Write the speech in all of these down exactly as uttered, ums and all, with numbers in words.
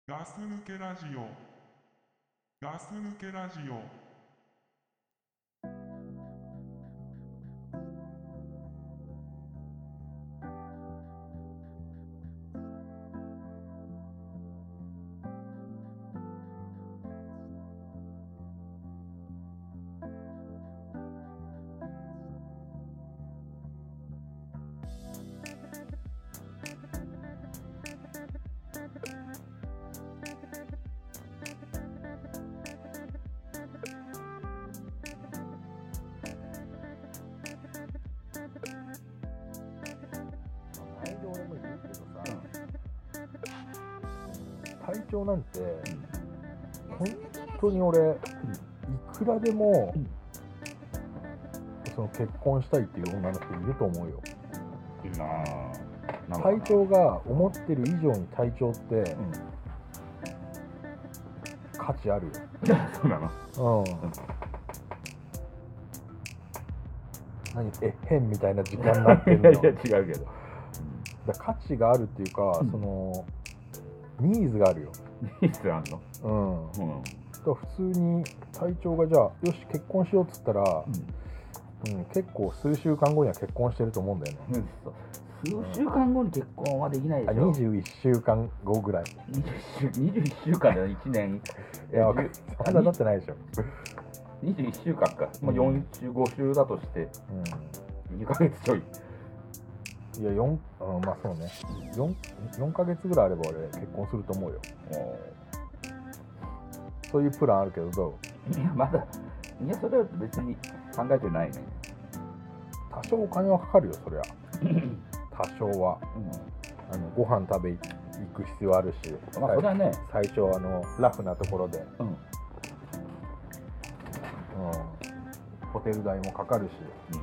ガス抜けラジオガス抜けラジオ体調なんて、本当に俺、いくらでも、うん、その結婚したいっていう女の人いると思うよ。な体調が思ってる以上に体調って、うん、価値あるよ。 そうなの？ うん。何え変みたいな時間になってんの？ いやいや違うけど。 だ価値があるっていうか、うん、そのニーズがあるよ。 ニーズあんの？ うん。うん、だから普通に体調がじゃあよし結婚しようっつったら、うんうん、結構数週間後には結婚してると思うんだよね。 うん、数週間後に結婚はできないでしょ。 にじゅういっしゅうかんごぐらい。 にじゅういっしゅうかんでいちねん。 いやそんな経ってないでしょ。 にじゅういっしゅうかんか、まあ、よん週ご週だとして、うん、にかげつちょい。 いやよん、うん、まあそうね 4, 4ヶ月ぐらいあれば俺結婚すると思うよ。そういうプランあるけどどう？いやまだいやそれは別に考えてないね。 多少お金はかかるよそりゃ多少は、うん、あのご飯食べ行く必要あるし、 まあそれはね、 最初あのラフなところで、うんうん、ホテル代もかかるし、うん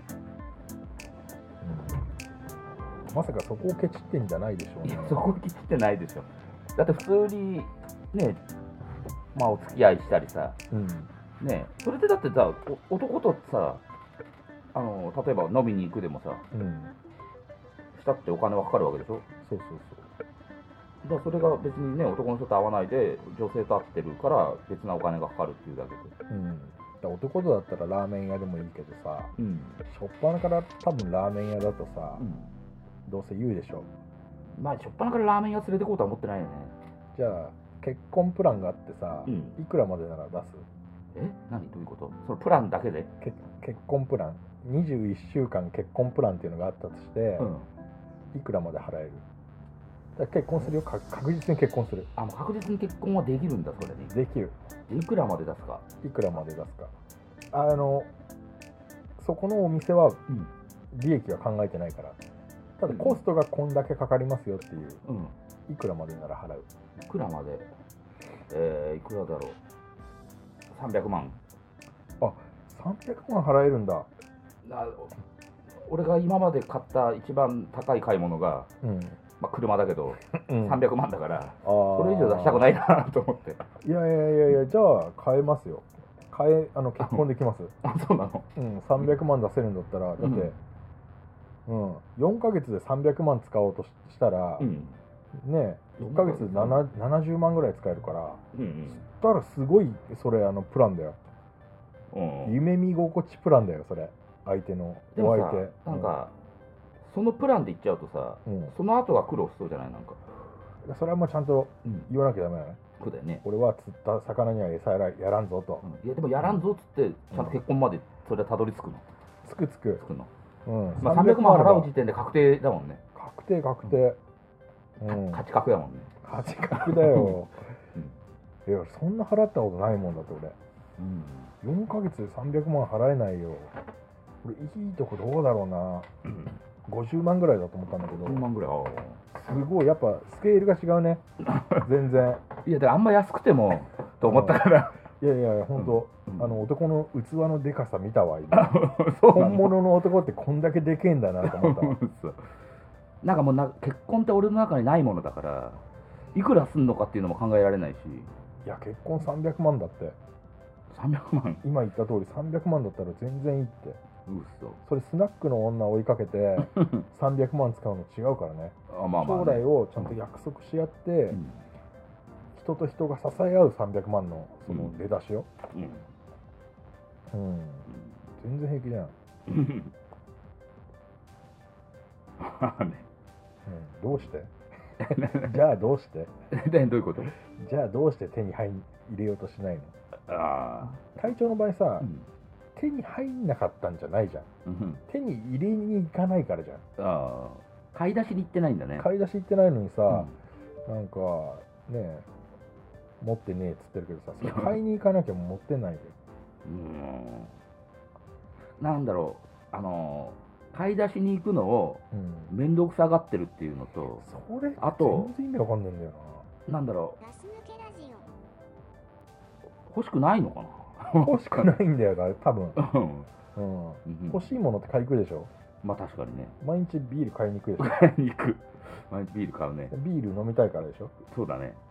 まさかそこをケチってんじゃないでしょうね。 いやそこをケチってないでしょ。だって普通にね、まあお付き合いしたりさ、うん、ね、それでだってさ、男とさ、あの例えば飲みに行くでもさ、うん、したってお金はかかるわけでしょ。 そうそうそう。だからそれが別にね、男の人と会わないで女性と会ってるから別なお金がかかるっていうだけで。 うん。だ男とだったらラーメン屋でもいいけどさ、うん、しょっぱなから多分ラーメン屋だとさ。うんどうせ言うでしょ。 まあしょっぱなからラーメン屋連れてこうとは思ってないよね。 じゃあ結婚プランがあってさ、うん、いくらまでなら出す？ え何どういうこと？そのプランだけで？ け結婚プランにじゅういっしゅうかん結婚プランっていうのがあったとして、うん、いくらまで払える？だ結婚するよ、か確実に結婚する。 あもう確実に結婚はできるんだそれで。 できる。 いくらまで出すか？ いくらまで出すか。あのそこのお店は利益は考えてないから。ただコストがこんだけかかりますよっていう、うん、いくらまでなら払う？ いくらまで、えー、いくらだろう。さんびゃくまん。 あ、さんびゃくまん払えるんだ。 な俺が今まで買った一番高い買い物が、うんまあ、車だけど、うん、さんびゃくまんだから、それ以上出したくないなと思って。 いやいやいやいや、じゃあ買えますよ。買えあの結婚できます。 あ、そうなの？ うん、さんびゃくまん出せるんだったら、だって、うんうん、よんかげつでさんびゃくまん使おうとしたら、うん、ねいっかげつななじゅうまんぐらい使えるから、うんうん、そしたらすごいそれあのプランだよ、うん、夢見心地プランだよそれ相手のお相手。 なんか、うん、そのプランでいっちゃうとさ、うん、その後が苦労しそうじゃない？なんかそれはもうちゃんと言わなきゃダメだね、 うん、そうだよね。 俺は釣った魚には餌やらやらんぞと、 うん、いやでもやらんぞっつってちゃんと結婚までそれはたどり着くの？ つくつくつくの。 うんまあ、さんびゃくまん払う時点で確定だもんね。 確定確定、 うん、勝ち確やもんね。 勝ち確だよ、うん、いやそんな払ったことないもんだって俺、うん、よんかげつでさんびゃくまん払えないよ。俺いいとこどうだろうな、うん、ごじゅうまんぐらいだと思ったんだけど。 ごじゅうまんぐらい。 すごいやっぱスケールが違うね全然。 いやだからあんま安くてもと思ったから、 いやいや本当、うん、あの男の器のでかさ見たわ今本物の男ってこんだけでけえんだなと思ったわなんかもうな結婚って俺の中にないものだからいくらすんのかっていうのも考えられないし。 いや結婚さんびゃくまんだって。 さんびゃくまん今言った通りさんびゃくまんだったら全然いいって。 うそそれスナックの女追いかけてさんびゃくまん使うの違うからね。あ、まあまあね、将来をちゃんと約束し合って、うん、 人と人が支え合うさんびゃくまんのその出だしよ、うん、うん、全然平気じゃんね、うん、どうしてじゃあどうしてどういうこと？ じゃあどうして手に入れようとしないの？ あ隊長の場合さ、 うん、 手に入んなかったんじゃないじゃん、うん、手に入れに行かないからじゃん。 ああ、買い出しに行ってないんだね。 買い出し行ってないのにさ、うん、なんかね持ってねえっつってるけどさ、それ買いに行かなきゃ持ってないよ。 うん、なんだろう、あの買い出しに行くのを面倒くさがってるっていうのと、 うん、それあと全然意味わかんねえんだよな。なんだろう、欲しくないのかな欲しくないんだよな、多分、 うんうん、欲しいものって買いに行くでしょ。 まあ確かにね。 毎日ビール買いに行くでしょ。 買いに行く。毎日ビール買うね。 ビール飲みたいからでしょ。 そうだね。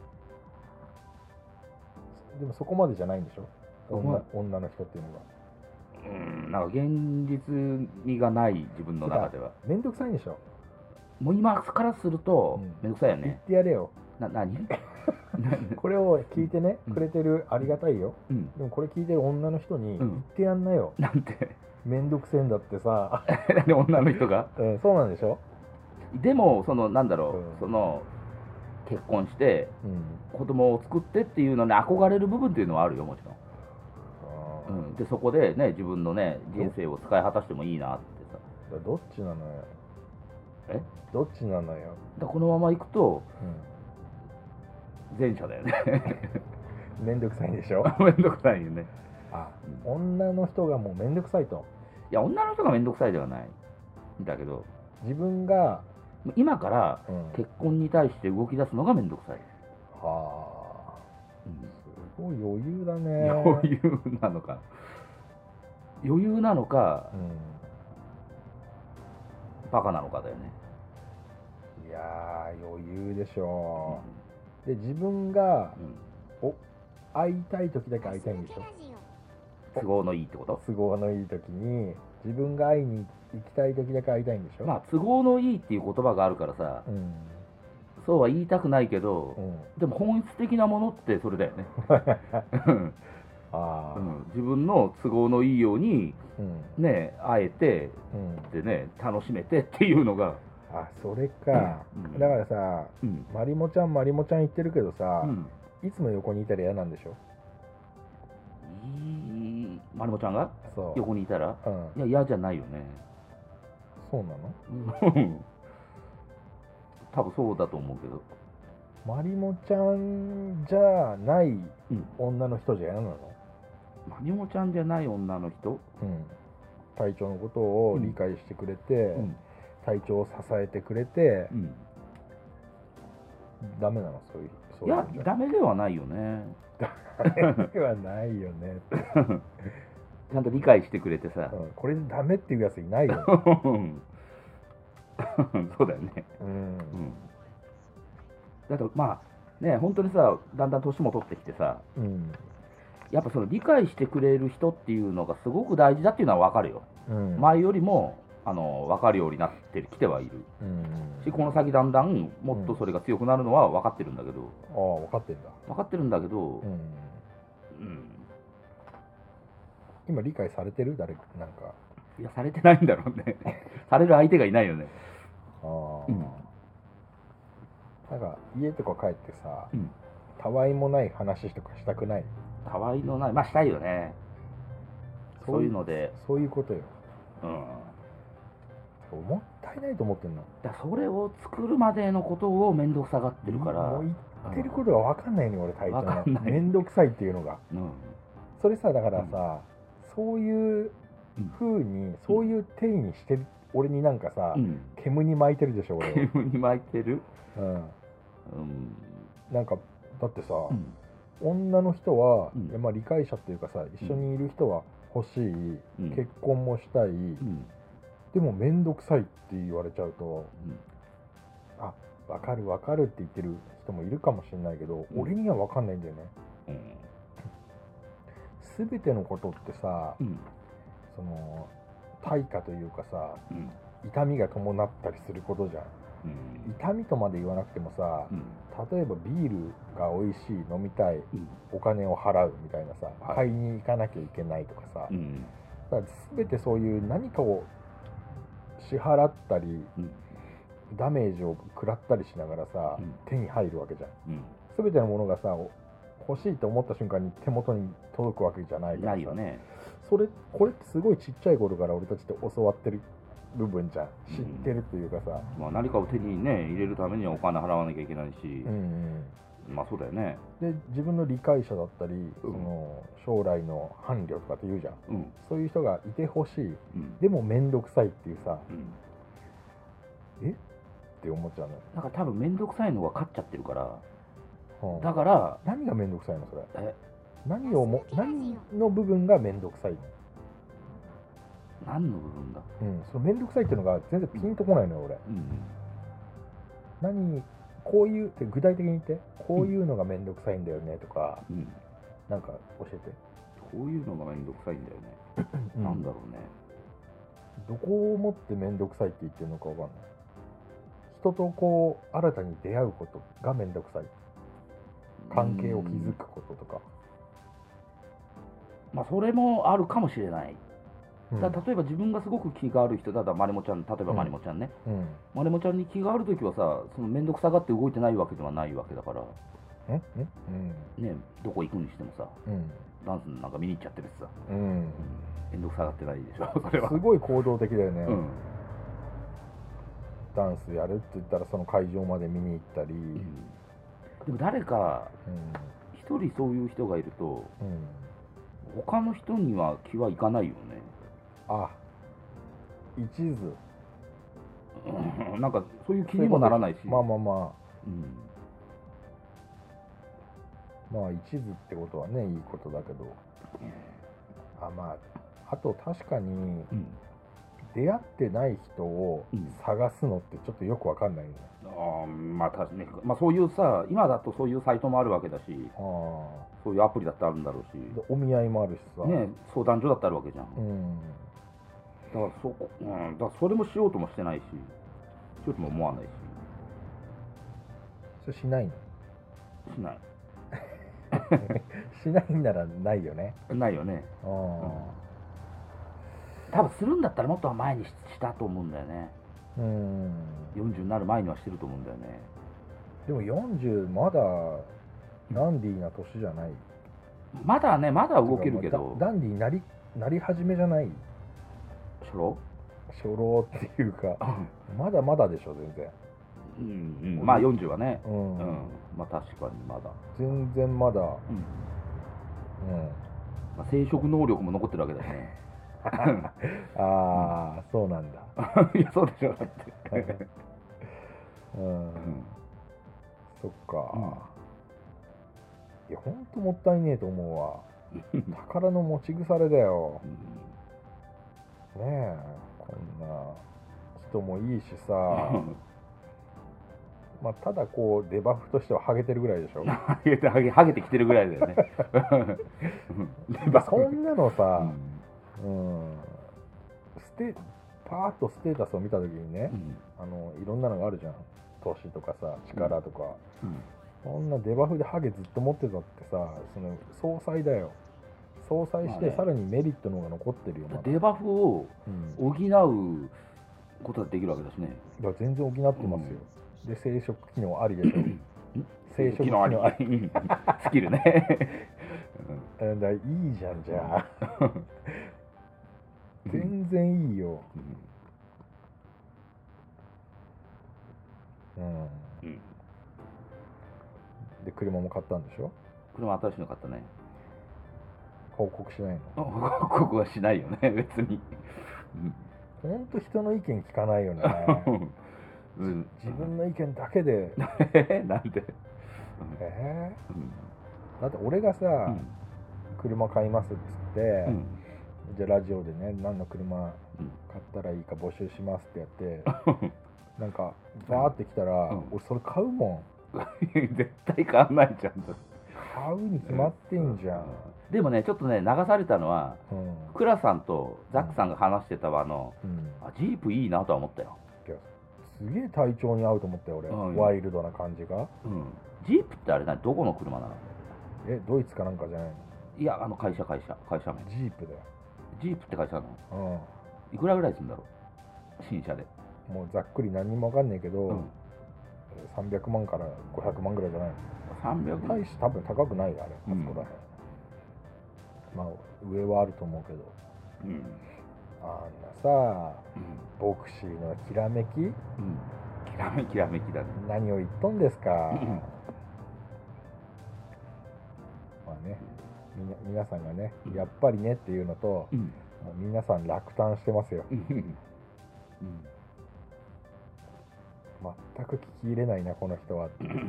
でもそこまでじゃないんでしょ、女, 女の人っていうのが。 うん、なんか現実味がない自分の中では。 めんどくさいんでしょ。 もう今からするとめんどくさいよね。 言ってやれよ。 な、何これを聞いてね、 うん、 くれてるありがたいよ、うん、でもこれ聞いてる女の人に言ってやんなよ、 うん、なんてめんどくせえんだってさなんで女の人が、 うん、そうなんでしょ。 でもそのなんだろう、 うん、 その結婚して、うん、子供を作ってっていうのに憧れる部分っていうのはあるよ、もちろん、うん、でそこでね自分のね人生を使い果たしてもいいなってさ。 どっちなのよ。えどっちなのよ。 だこのままいくと、うん、前者だよねめんどくさいんでしょめんどくさいよね。 あ、うん、女の人がもうめんどくさいと。 いや、女の人がめんどくさいではないんだけど、 自分が今から結婚に対して動き出すのがめんどくさい。 はあ、うん、すごい余裕だね。 余裕なのか余裕なのか、うん、バカなのかだよね。 いやー余裕でしょう、うん、で自分が、うん、お会いたい時だけ会いたいんでしょ。 都合のいいってこと？ 都合のいい時に自分が会いに行きたい時だけ会いたいんでしょ。 まあ都合のいいっていう言葉があるからさ、うん、そうは言いたくないけど、うん、でも本質的なものってそれだよねあ、うん、自分の都合のいいように、うん、ね会えて、うん、でね楽しめてっていうのが。 あ、それか、うん、だからさ、うん、まりもちゃんまりもちゃん言ってるけどさ、うん、いつも横にいたら嫌なんでしょ。 まりもちゃんが横にいたら、うん、いや嫌じゃないよね。 そうなの多分そうだと思うけど。 まりもちゃんじゃない女の人じゃ嫌なの？ まりもちゃんじゃない女の人、 うん、隊長のことを理解してくれて、うん、隊長を支えてくれて、うん、ダメなの？そういう、そういう。 いやダメではないよね。 ダメではないよねちゃんと理解してくれてさ、 うん、これでダメっていうやついないよそうだよね、うんうん、だとまあね本当にさだんだん年も取ってきてさ、うん、やっぱその理解してくれる人っていうのがすごく大事だっていうのは分かるよ、うん、前よりもあの分かるようになってきてはいる、うん、しこの先だんだんもっとそれが強くなるのは分かってるんだけど、 うん、ああ分かってるんだ分かってるんだけど、うんうん、 今理解されてる？誰なんかいやされてないんだろうねされる相手がいないよね。ああ、うん、なんか家とか帰ってさ、うん、たわいもない話とかしたくない？ たわいのない、まあしたいよね。そういうのでそういうことよ。うんもったいないと思ってんの。 だそれを作るまでのことを面倒くさがってるから。 もう言ってることが分かんないね、俺隊長の面倒くさいっていうのが、うん、それさだからさ、うん、そういう風に、うん、そういう定義にしてる俺になんかさ、うん、煙に巻いてるでしょ俺。 煙に巻いてる、うん、 うん、なんかだってさ、うん、女の人は、うん、まあ理解者っていうかさ一緒にいる人は欲しい、うん、結婚もしたい、うんでも面倒くさいって言われちゃうと、うん、あ、分かる分かるって言ってる人もいるかもしれないけど、うん、俺には分かんないんだよね。すべ、うん、てのことってさ、うん、その対価というかさ、うん、痛みが伴ったりすることじゃん、うん、痛みとまで言わなくてもさ、うん、 例えばビールが美味しい飲みたい、うん、お金を払うみたいなさ、はい、買いに行かなきゃいけないとかさ、うん、だから全てそういう何かを支払ったり、うん、ダメージを食らったりしながらさ、うん、手に入るわけじゃん、うん、全てのものがさ欲しいと思った瞬間に手元に届くわけじゃないからさ、ないよね。それこれってすごいちっちゃい頃から俺たちって教わってる部分じゃん、知ってるっていうかさ、 うん、まあ、何かを手にね入れるためにはお金払わなきゃいけないし、うんうん、まあそうだよね。 で自分の理解者だったり、うん、その将来の伴侶とかって言うじゃん、うん、そういう人がいてほしい、うん、でも面倒くさいっていうさ、うん、えって思っちゃうの。 だから多分面倒くさいのが勝っちゃってるから、うん、だから何が面倒くさいのそれ。え何をも何の部分が面倒くさいの。 何の部分だ、 うん、その面倒くさいっていうのが全然ピンとこないのよ、俺、うん、何こういうって具体的に言って、こういうのが面倒くさいんだよねとか、うん、なんか教えて。 こういうのが面倒くさいんだよね、うん、なんだろうね。 どこをもって面倒くさいって言ってるのかわかんない。人とこう新たに出会うことが面倒くさい、関係を築くこととか、 まあそれもあるかもしれない。だ例えば自分がすごく気がある人だったらマリモちゃん、例えばマリモちゃんね、うんうん、マリモちゃんに気があるときはさ、その面倒くさがって動いてないわけではないわけだから、ええ、うん、ね、どこ行くにしてもさ、うん、ダンスなんか見に行っちゃってるしさ、うん、面倒くさがってないでしょそれは。 すごい行動的だよね、うん、ダンスやるって言ったらその会場まで見に行ったり、うん、 でも誰か一人そういう人がいると、うん、他の人には気はいかないよね。 あ、一途、 うん、なんかそういう気にもならないし、 まあまあまあ、うん、まあ一途ってことはねいいことだけど、あ、まああと確かに、うん、出会ってない人を探すのってちょっとよくわかんないよね、 うん、あ、まあ確かに、まあ、そういうさ、今だとそういうサイトもあるわけだし、あ、そういうアプリだってあるんだろうし、 お見合いもあるしさ、 ね、相談所だってあるわけじゃん、うん、だから そ, うん、だからそれもしようともしてないし、しようとも思わないし。 それしないの？ しないしないんならないよね。 ないよね。あ、うん、多分するんだったらもっと前にしたと思うんだよね。うん、よんじゅうになる前にはしてると思うんだよね。 でもよんじゅうまだダンディーな年じゃない。 まだね、まだ動けるけど、 ダンディーなりなり始めじゃない。 初老初老っていうかまだまだでしょ全然、 うんうん、まあよんじゅうはね、うんうん、まあ確かにまだ全然まだ、うんうん、 まあ、生殖能力も残ってるわけだよねああ、うん、そうなんだいやそうでしょだってうん、うん、そっか、うん、いやほんともったいねえと思うわ宝の持ち腐れだよ、うん、ねえ、こんな人もいいしさまあただこうデバフとしてはハゲてるぐらいでしょハゲてハゲハゲてきてるぐらいだよねそんなのさ、うん、うん、ステパーッとステータスを見た時にね、うん、あのいろんなのがあるじゃん、投資とかさ力とか、うんうん、そんなデバフでハゲずっと持ってたってさ、その総裁だよ、相殺して、まあね、さらにメリットの方が残ってるよ、まだデバフを補うことができるわけだしね。 いや全然補ってますよ、うん、で生殖機能ありでしょ生殖機能ありスキルねうん、だいいじゃんじゃあ全然いいよ、うん、うんうん、で車も買ったんでしょ。 車新しいの買ったね。 報告しないの？ 報告はしないよね別に。 ほんと人の意見聞かないよね、うん、自分の意見だけでなんで、 えーうん、だって俺がさ、うん、車買いますっつって、うん、じゃあラジオでね何の車買ったらいいか募集しますってやってなんかバーって来たら、うん、俺それ買うもん絶対買わないじゃん。 買うに決まってんじゃん。 でもねちょっとね流されたのは、うん、クラさんとザックさんが話してたわの、うん、あジープいいなとは思ったよ。 いやすげえ体調に合うと思ったよ俺、うん、ワイルドな感じが、うん、 ジープってあれな、どこの車なの？ え、ドイツかなんかじゃないの？ いや、あの会社、会社、会社名。 ジープだよ。 ジープって会社なの？ うん。 いくらぐらいするんだろう、新車で。 もうざっくり何にもわかんないけど、 うん、 さんびゃくまんからごひゃくまんぐらいじゃないの？ さんびゃくまん。 大して多分高くないよ、あれ、あそこらへん。まあ、上はあると思うけど。 うん。 あんなさ、うん、ボクシーのきらめき、うん、 きらめきらめきだね。 何を言っとんですか。うん、まあね、みな皆さんがね、うん、やっぱりねっていうのと、うん、もう皆さん落胆してますよ。うん、全く聞き入れないなこの人は。ガス抜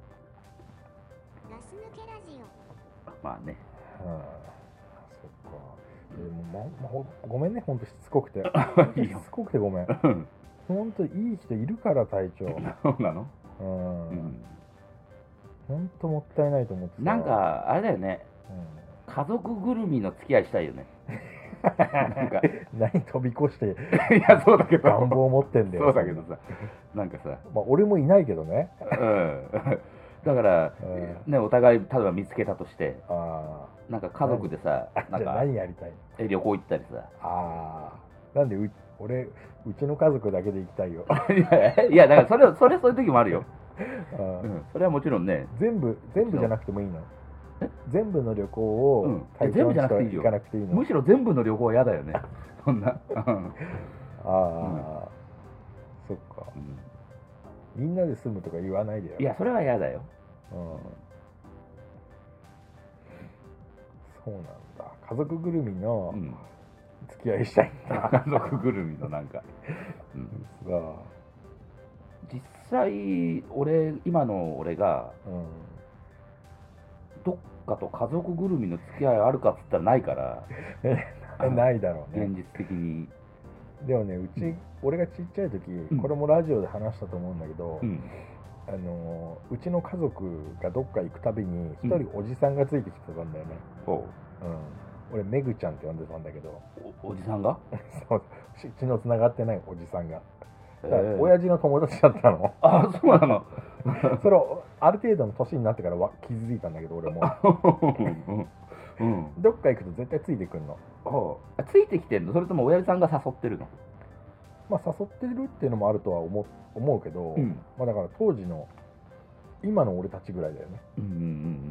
けラジオ。まあね。 うん、そっか。でもままごめんね、ほんとしつこくて。しつこくてごめん。ほんといい人いるから、隊長。 そうなの？ うん。うん、ほんともったいないと思ってさ。 なんか、あれだよね。うん、家族ぐるみの付き合いしたいよね。なんか何飛び越して、 いや、そうだけど。 願望を持ってんだよ。 そうだけどさ。なんかさ。 まあ、俺もいないけどね。 うん。だから、うん、ね、お互い、例えば見つけたとして、あなんか家族でさ、 なんか何やりたい？ え、旅行行ったりさ。 ああ、なんでう俺、うちの家族だけで行きたいよ。 いや、だからそれ、それそういう時もあるよ。うん、それはもちろんね。 全部、全部じゃなくてもいいの？全部の旅行を、うん、 全部じゃなくていいよ。 行かなくていいの？ むしろ全部の旅行は嫌だよね。そんな。ああ、うん、 そっか、うん。みんなで住むとか言わないでよ。 いや、それは嫌だよ。うん、 そうなんだ。家族ぐるみの付き合いしたいんだ。 家族ぐるみのなんか、うん、実際俺今の俺が、うん、どっかと家族ぐるみの付き合いあるかっつったらないからないだろうね、 現実的に。 でもね、うち、うん、俺がちっちゃい時、うん、これもラジオで話したと思うんだけど、うん、あのうちの家族がどっか行くたびに一人おじさんがついてきてたんだよね。うん、うん、俺めぐちゃんって呼んでたんだけど。 お, おじさんがそう、血のつながってないおじさんが。だから親父の友達だったの。 あ、そうなの。 それをある程度の年になってからは気づいたんだけど、俺も。うん、どっか行くと絶対ついてくんの。 あ、ついてきてんの？それとも親父さんが誘ってるの？ まあ誘ってるっていうのもあるとは思う思うけど、うん、まあだから当時の今の俺たちぐらいだよね。うんうんうん、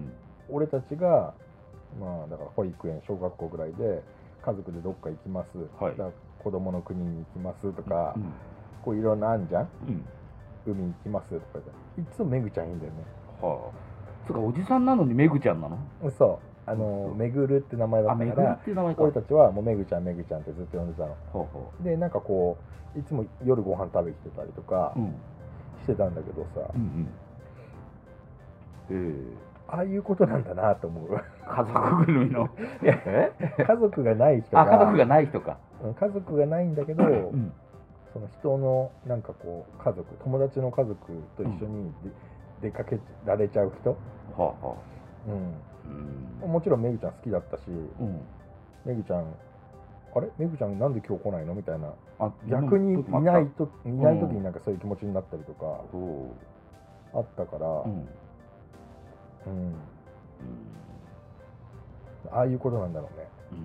俺たちがまあだから保育園、小学校ぐらいで家族でどっか行きます、はい、だから子供の国に行きますとか、うん、こういろんなあんじゃん、うん、海行きますとかでいつもめぐちゃんいいんだよね。はあ、つうかおじさんなのにめぐちゃんなの？ そう、あのめぐるって名前だったから、俺たちはもうめぐちゃんめぐちゃんってずっと呼んでたの。ほうほう。でなんかこういつも夜ご飯食べに来てたりとかしてたんだけどさ、うんうん、えー、ああいうことなんだなと思う。 家族ぐるみのえ家族がない人が、 あ、家族がない人か。 家族がないんだけど、うん、その人のなんかこう家族、友達の家族と一緒に出かけられちゃう人、はあはあ、うんうん、もちろんめぐちゃん好きだったし、うん、めぐちゃんあれめぐちゃんなんで今日来ないのみたいな、あ、逆にいないといない時になんかそういう気持ちになったりとかあったから、うんうん、ああいうことなんだろうね。うん、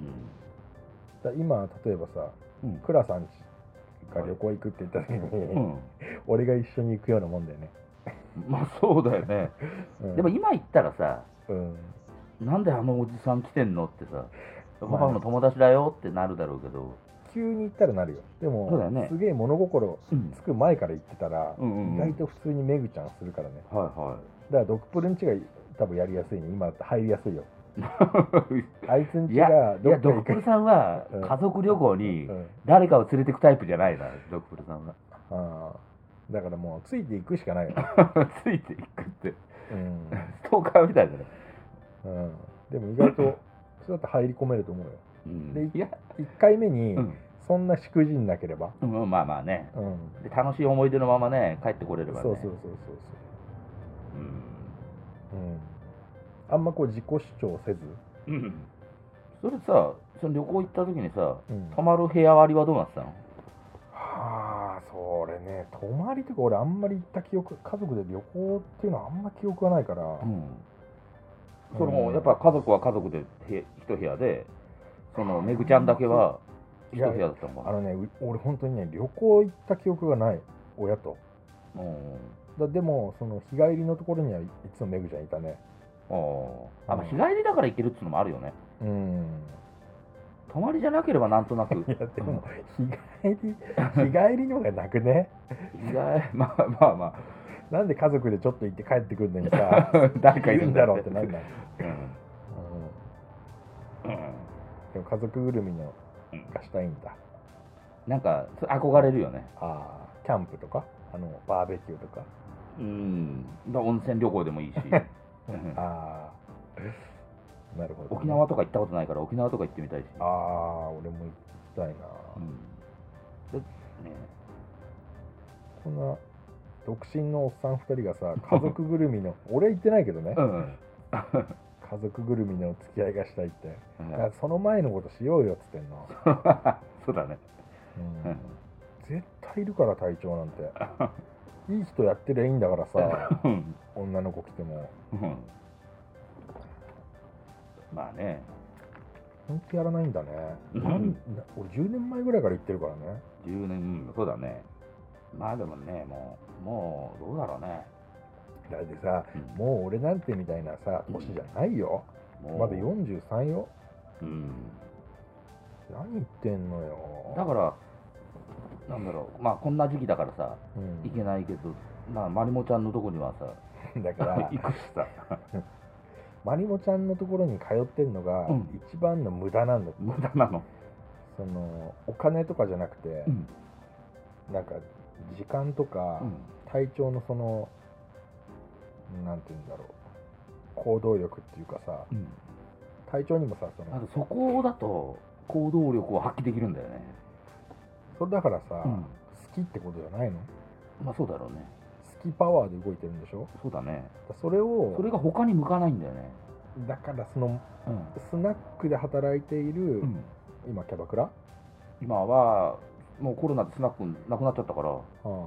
だ今例えばさ、うん、クラさんが旅行行くって言った時に、うん、俺が一緒に行くようなもんだよね。 まあそうだよね。うん、でも今言ったらさ、うん、なんであのおじさん来てんのってさ、パパの友達だよってなるだろうけど、 急に言ったらなるよ。でもそうだよね、すげえ物心つく前から言ってたら、うん、意外と普通にめぐちゃんするからね。はいはい。だからドクプルんちが多分やりやすいね。今だって入りやすいよ。あいつんちがどっか行く。いや、ドクプルさんは家族旅行に誰かを連れてくタイプじゃないな、ドクプルさんは。ああ、だからもうついていくしかないよ。 ついていくって、うん、ストーカーみたいだね。 うん、でも意外とそうやって入り込めると思うよ。うん、でいいっかいめにそんなしくじんなければ、 うん、まあまあね、うん、で楽しい思い出のままね帰ってこれればね。 そうそうそうそうそう、うんうん、あんまこう自己主張せず、うん、 それさ、その旅行行った時にさ、うん、泊まる部屋割りはどうなってたの？ はあ、それね、泊まりとか俺あんまり行った記憶、家族で旅行っていうのはあんま記憶がないから、うん、 そのやっぱ家族は家族で一部屋で、そのめぐちゃんだけは一部屋だったのかな。 あのね、俺本当にね、旅行行った記憶がない、親と。うん、だでもその日帰りのところにはいつもめぐちゃんいたね。 ああ、まあ、日帰りだから行けるっていうのもあるよね。うん。泊まりじゃなければなんとなく。いやでも、うん、日帰り日帰りのがなくね。 日帰りまあまあまあ。 なんで家族でちょっと行って帰ってくるのにさ、誰かいるんだろうってなんだ。うん。うん。でも家族ぐるみのがしたいんだ。 なんか憧れるよね。 ああ、キャンプとか、あのバーベキューとか。 うん。だ温泉旅行でもいいし。 ああ。なるほど、ね、 沖縄とか行ったことないから沖縄とか行ってみたいし。 ああ、俺も行きたいな。うん、でね、こんな独身のおっさんふたりがさ、家族ぐるみの俺は行ってないけどね、うん、家族ぐるみの付き合いがしたいって、うん、その前のことしようよっつってんの。 そうだね、 うん、絶対いるから隊長なんていい人やってりゃいいんだからさ女の子来ても、うんまあね。 ほんとやらないんだね。なん俺じゅうねんまえぐらいから言ってるからね。 じゅうねん、うん、そうだね。まあでもね、もう、もう、どうだろうね。 だってさ、うん、もう俺なんてみたいなさ、年じゃないよ。うん、まだよんじゅうさんよ。うん。何言ってんのよ。 だから、なんだろう、まあこんな時期だからさ、うん、いけないけど、まあ、まりもちゃんのとこにはさ、 だから、 行くしさ。 まりもちゃんのところに通ってんのが一番の無駄なんだって、 うん、無駄なの。 そのお金とかじゃなくて、うん、なんか時間とか、うん、体調のそのなんていうんだろう、行動力っていうかさ、うん、体調にもさ、そのあとそこだと行動力を発揮できるんだよね。 それだからさ、うん、好きってことじゃないの？ まあそうだろうね。 好きパワーで動いてるんでしょ。 そうだね。 それをそれが他に向かないんだよね。 だからその、うん、スナックで働いている、うん、今キャバクラ、 今はもうコロナでスナックなくなっちゃったから、はあ、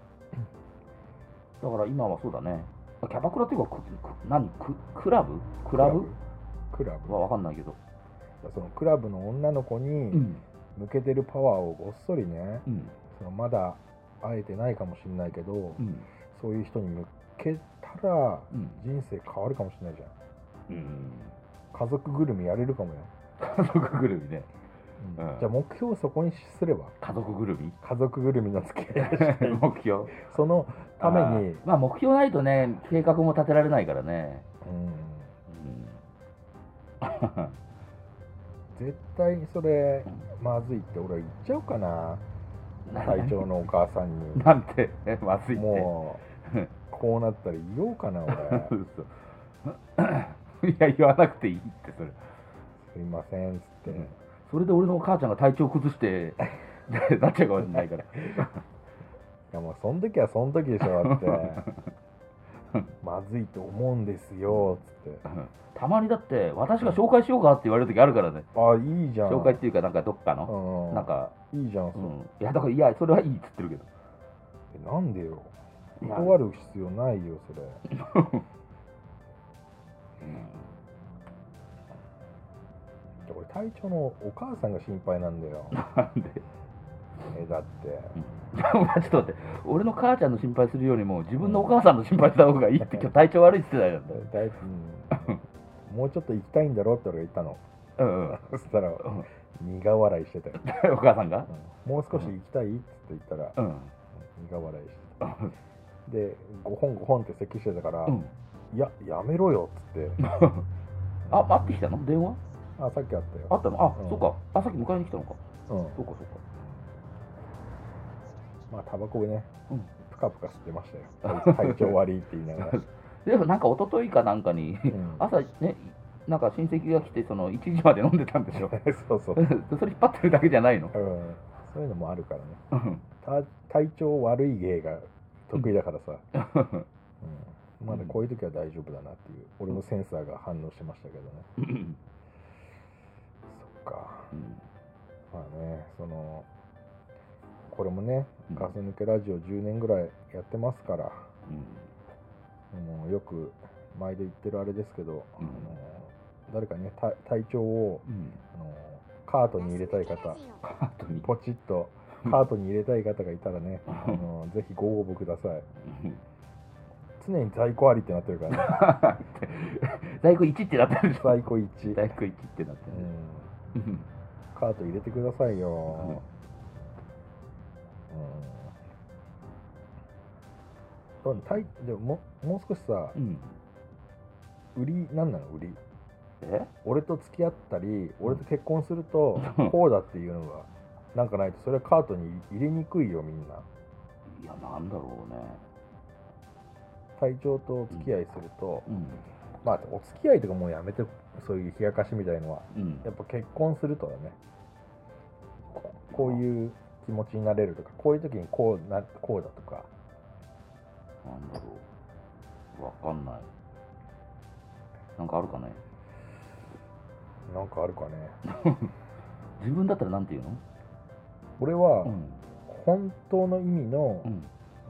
だから今はそうだね、キャバクラっていうか何ククラブクラブクラブは分かんないけど、 そのクラブの女の子に向けてるパワーをごっそりね、うん、そのまだ会えてないかもしれないけど、うん、そういう人に向けたら人生変わるかもしれないじゃん、うん、家族ぐるみやれるかもよ。 家族ぐるみね、 うん、じゃあ目標をそこにすれば、 家族ぐるみ家族ぐるみの付き合いしたい目標、 そのためにまあ目標ないとね計画も立てられないからね、 うんうん、絶対それまずいって俺は言っちゃおうかな、隊長のお母さんに。 なんてまずいって、 もうこうなったら言おうかな俺。 いや言わなくていいってそれ。 すいませんっつって、うん、 それで俺のお母ちゃんが体調崩してなっちゃうかもしれないから。いやもうその時はその時でしょだって。まずいと思うんですよっつって。 たまにだって私が紹介しようかって言われる時あるからね。 ああいいじゃん。 紹介っていうかなんかどっかの、うん、なんかいいじゃん、うん、 いやだからいやそれはいいっつってるけど。 えなんでよ。断る必要ないよそれ。うんこれ隊長のお母さんが心配なんだよ。 なんで？ えだって。 ちょっと待って、俺の母ちゃんの心配するよりも自分のお母さんの心配した方がいいって今日体調悪いって言ってたよ。 うん、もうちょっと行きたいんだろって俺が言ったの。うんうん、そしたら、うん、苦笑いしてたよ。 お母さんが、 うん、もう少し行きたいって言ったら、うん、苦笑いしてた。で、ごほんごほんって咳してたから、うん、いや、やめろよっつって。 あ、会ってきたの電話？ あ、さっきあったよ。 あったの？あ、うん、そっか。あ、さっき迎えに来たのか。うん。そっかそっか。 まあ、タバコでね、うん、プカプカ吸ってましたよ。体調悪いって言いながら。 でもなんか一昨日かなんかに、うん、朝ね、なんか親戚が来て、そのいちじまで飲んでたんでしょ。 そうそう。 それ引っ張ってるだけじゃないの？うん。 そういうのもあるからね。体調悪い芸が得意だからさ。うん。まだこういう時は大丈夫だなっていう、俺のセンサーが反応してましたけどね。そっか、うん、まあね、そのこれもね、ガス抜けラジオじゅうねんぐらいやってますから、うん、もうよく毎度言ってるあれですけど、うん、あの誰かね体調を、うん、あのカートに入れたい方、カートにポチッとカートに入れたい方がいたらねあのぜひご応募ください。常に在庫ありってなってるからね。 在庫いちってなってるでしょ。 在庫いち。 在庫いちってなってる、 うん、カート入れてくださいよ、うんうん、でも も, もう少しさ、うん、売り何なの売りえ俺と付き合ったり俺と結婚するとこうだっていうのがなんかないとそれカートに入れにくいよみんな。 いやなんだろうね。 隊長とお付き合いすると、うんうん、まあお付き合いとかもうやめてそういう冷やかしみたいのは、うん、やっぱ結婚するとだねこういう気持ちになれるとかこういう時にこうなこうだとかなんだろうわかんないなんかあるかねなんかあるかね自分だったらなんて言うの俺は、うん、本当の意味の、うん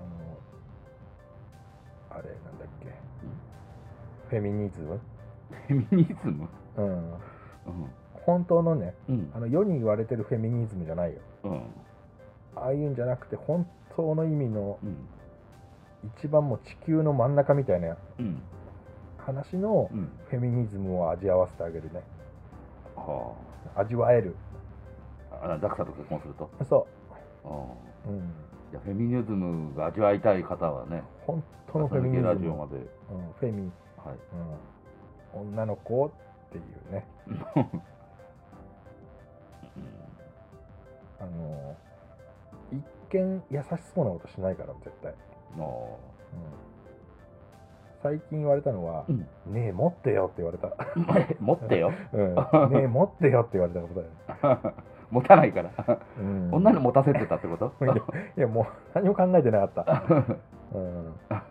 あれなんだっけ、うん、フェミニズムフェミニズムうん、うん、本当のね、うん、あの世に言われてるフェミニズムじゃないよ、うん、ああいうんじゃなくて本当の意味の、うん、一番もう地球の真ん中みたいな、うん、話のフェミニズムを味わわせてあげるね、はあ、味わえるあザクさんと結婚するとそうあ、 うん、じゃあフェミニズムが味わいたい方はね本当のフェミニズムラジオまで、うん、 フェミ、はいうん、女の子っていうね、うん、あの一見優しそうなことしないから絶対、うん、最近言われたのは、うん、ねえ持ってよって言われた持ってよ、 うん、ねえ持ってよって言われたことだよ持たないから、うん、女に持たせてたってこといや、いやもう何も考えてなかった、うん、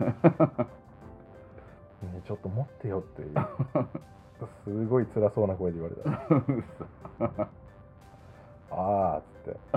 ねちょっと持ってよっていうすごい辛そうな声で言われたあーっつって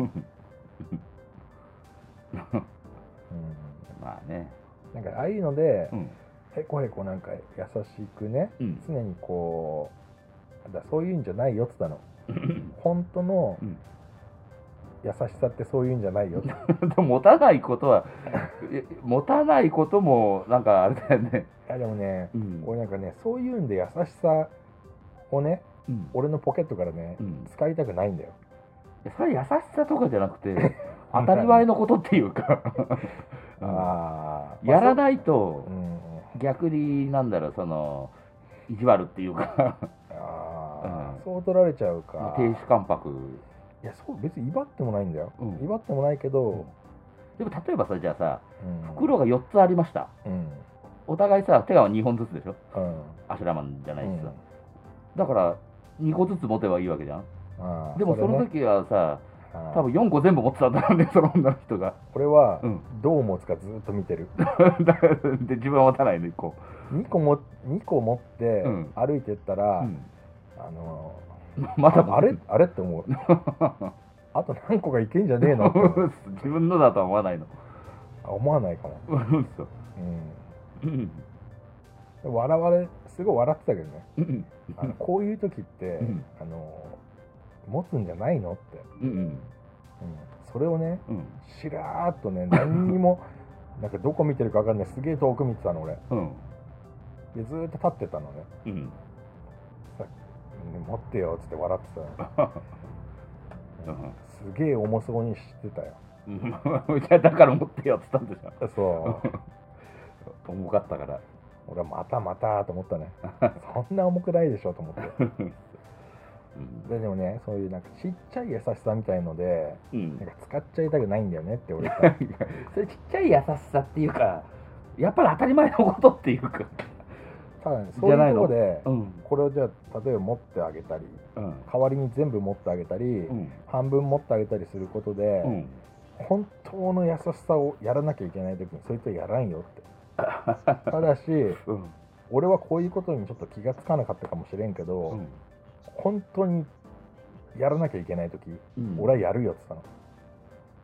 うん、 まあねなんかああいうので、うん、へこへこなんか優しくね、うん、常にこうだそういうんじゃないよって言ったの本当の優しさってそういうんじゃないよって持たないことは持たないこともなんかあれだよね。 いやでもね、うん、これなんかねそういうんで優しさをね、うん、俺のポケットからね、うん、使いたくないんだよ。 それ優しさとかじゃなくて当たり前のことっていうかあやらないと逆になんだろうその意地悪っていうかあ、うん、そう取られちゃうか。 亭主関白。 いやそう別に威張ってもないんだよ、うん、威張ってもないけど、 うん、でも例えばそれじゃあさ、うん、袋がよっつありました、うん、お互いさ手がにほんずつでしょ、うん、アシュラマンじゃないしさ、うん、だからにこずつ持てばいいわけじゃん。あでもその時はさ、ね、多分よんこ全部持ってたんだろうねその女の人が。 これはどう持つかずっと見てるで自分は持たないのいっこにこもにこ持って歩いてったら、うん、あのまだあれあれって思うあと何個かいけんじゃねえの自分のだとは思わないの。 思わないかなうん、うん、笑われすごい笑ってたけどね、うん、あのこういう時って、うん、あの持つんじゃないのって、うんうんうん、それをね、うん、しらーっとね何にもなんかどこ見てるか分かんないすげえ遠く見てたの俺、うん、でずーっと立ってたのね、うん持ってよっつって笑ってたよ、うん、すげえ重そうにしてたよじゃだから持ってよっつったんでしょ。 そう重かったから俺はまたまたと思ったねそんな重くないでしょと思ってで, でもねそういうなんかちっちゃい優しさみたいので、うん、なんか使っちゃいたくないんだよねって俺言ったそれちっちゃい優しさっていうかやっぱり当たり前のことっていうかただ、ね、そういうところで、うん、これをじゃあ例えば持ってあげたり、うん、代わりに全部持ってあげたり、うん、半分持ってあげたりすることで、うん、本当の優しさをやらなきゃいけない時にそいつはやらんよってただし、うん、俺はこういうことにちょっと気がつかなかったかもしれんけど、うん、本当にやらなきゃいけない時、うん、俺はやるよって言った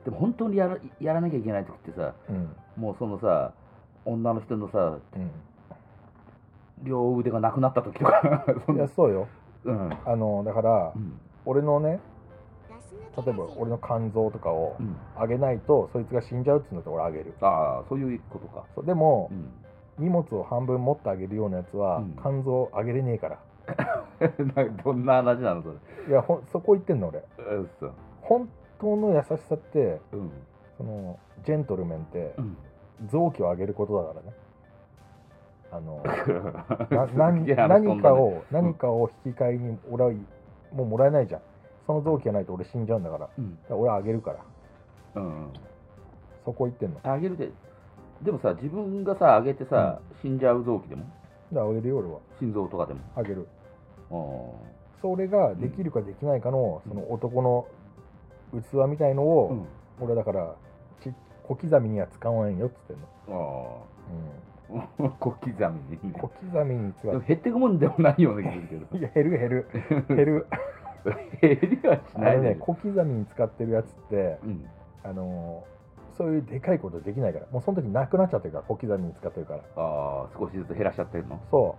でも本当にやらやらなきゃいけない時ってさ、うん、もうそのさ女の人のさ、うん、両腕がなくなった時とかいやそうよ、うん、あのだから、うん、俺のね例えば俺の肝臓とかをあげないと、うん、そいつが死んじゃうっつうんだったら俺あげる。 ああそういうことか。 そうでも、うん、荷物を半分持ってあげるようなやつは、うん、肝臓あげれねえからどんな話なのそれ。 いやほそこ言ってんの俺。うん、本当の優しさって、うん、そのジェントルメンって、うん、臓器をあげることだからね。あのなな何かを何かを引き換えに俺はもうもらえないじゃん。その臓器がないと俺死んじゃうんだから、うん、だから俺はあげるから、うんうん、そこ言ってんの。 あげるで。でもさ自分がさあげてさ、うん、死んじゃう臓器でもあげるよ俺は。 心臓とかでもあげる。それができるかできないかの、うん、その男の器みたいのを、うん、俺だからち小刻みには使わんよっつってんの。 ああ、うん、小刻みに、 ね、小刻みに使う。 減ってくもんでもないような気がするけど。 いや減る減る減る減りはしないね。小刻みに使ってるやつって、うん、あのそういうでかいことできないから、もうその時なくなっちゃってるから、小刻みに使ってるから。ああ、少しずつ減らしちゃってるの。 そう、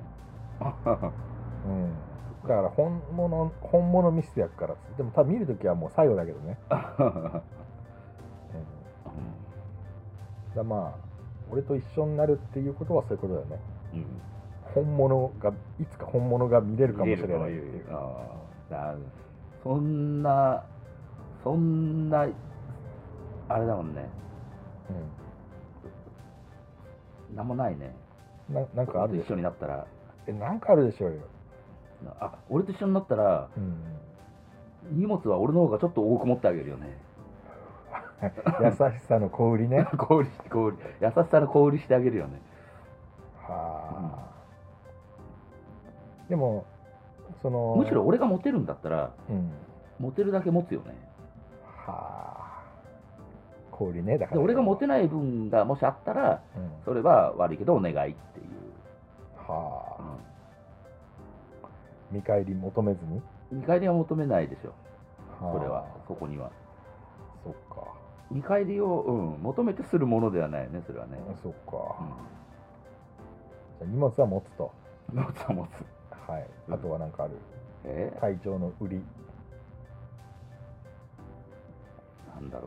うん、だから本物本物見せてやるから。でも多分見るときはもう最後だけどね、うん、だまあ俺と一緒になるっていうことはそういうことだよね、うん、本物がいつか本物が見れるかもしれないっていう。 ああ、そんなそんなあれだもんね、うん、なんもないね。 ななんかある一緒になったら。 え、なんかあるでしょうよ。 あ、俺と一緒になったら、うん、荷物は俺の方がちょっと多く持ってあげるよね。 優しさの小売りね。 小売り小売り優しさの小売りしてあげるよね。 はあ、うん、でもそのむしろ俺がモテるんだったら、うん、モテるだけ持つよね。 はあ、小売りね。だからで俺がモテない分がもしあったら、うん、それは悪いけどお願いっていう。 はあ、うん、見返り求めずに。 見返りは求めないでしょ、はあ、それはそこには。 そっか、 見返りを、うん、求めてするものではないよね、それはね。 そっか、うん、じゃあ荷物は持つと。 荷物は持つ。 はい、あとは何かある、えー、体調の売り。 なんだろ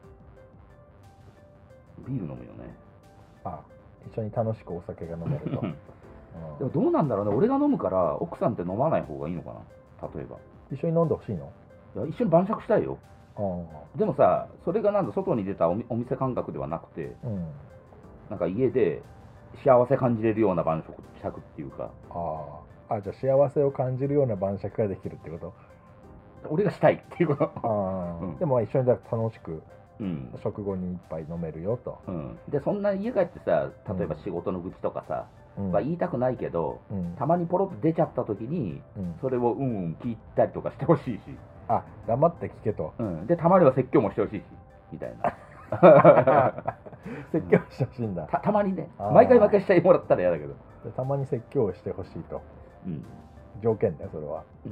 う、ビール飲むよね。 あ、一緒に楽しくお酒が飲めると。うん、 でもどうなんだろうね、俺が飲むから奥さんって飲まない方がいいのかな、例えば。 一緒に飲んでほしいの？ いや、一緒に晩酌したいよ。でもさ、それがなんだ外に出た お, お店感覚ではなくて、うん、なんか家で幸せ感じれるような晩酌っていうか。 ああ、じゃあ幸せを感じるような晩酌ができるってこと？ 俺がしたいっていうこと。 あ、うん、でも一緒に楽しく、うん、食後に一杯飲めるよと、 うん、でそんな家帰ってさ、例えば仕事の愚痴とかさ、うん、は言いたくないけど、うん、たまにポロッと出ちゃった時に、うん、それをうんうん聞いたりとかしてほしいし。 あ、黙って聞けと、 うん、でたまには説教もしてほしいしみたいな。 説教してほしいんだ。 た, たまにね、毎回毎回してもらったら嫌だけど、 たまに説教をしてほしいと、うん、条件ねそれは、うん、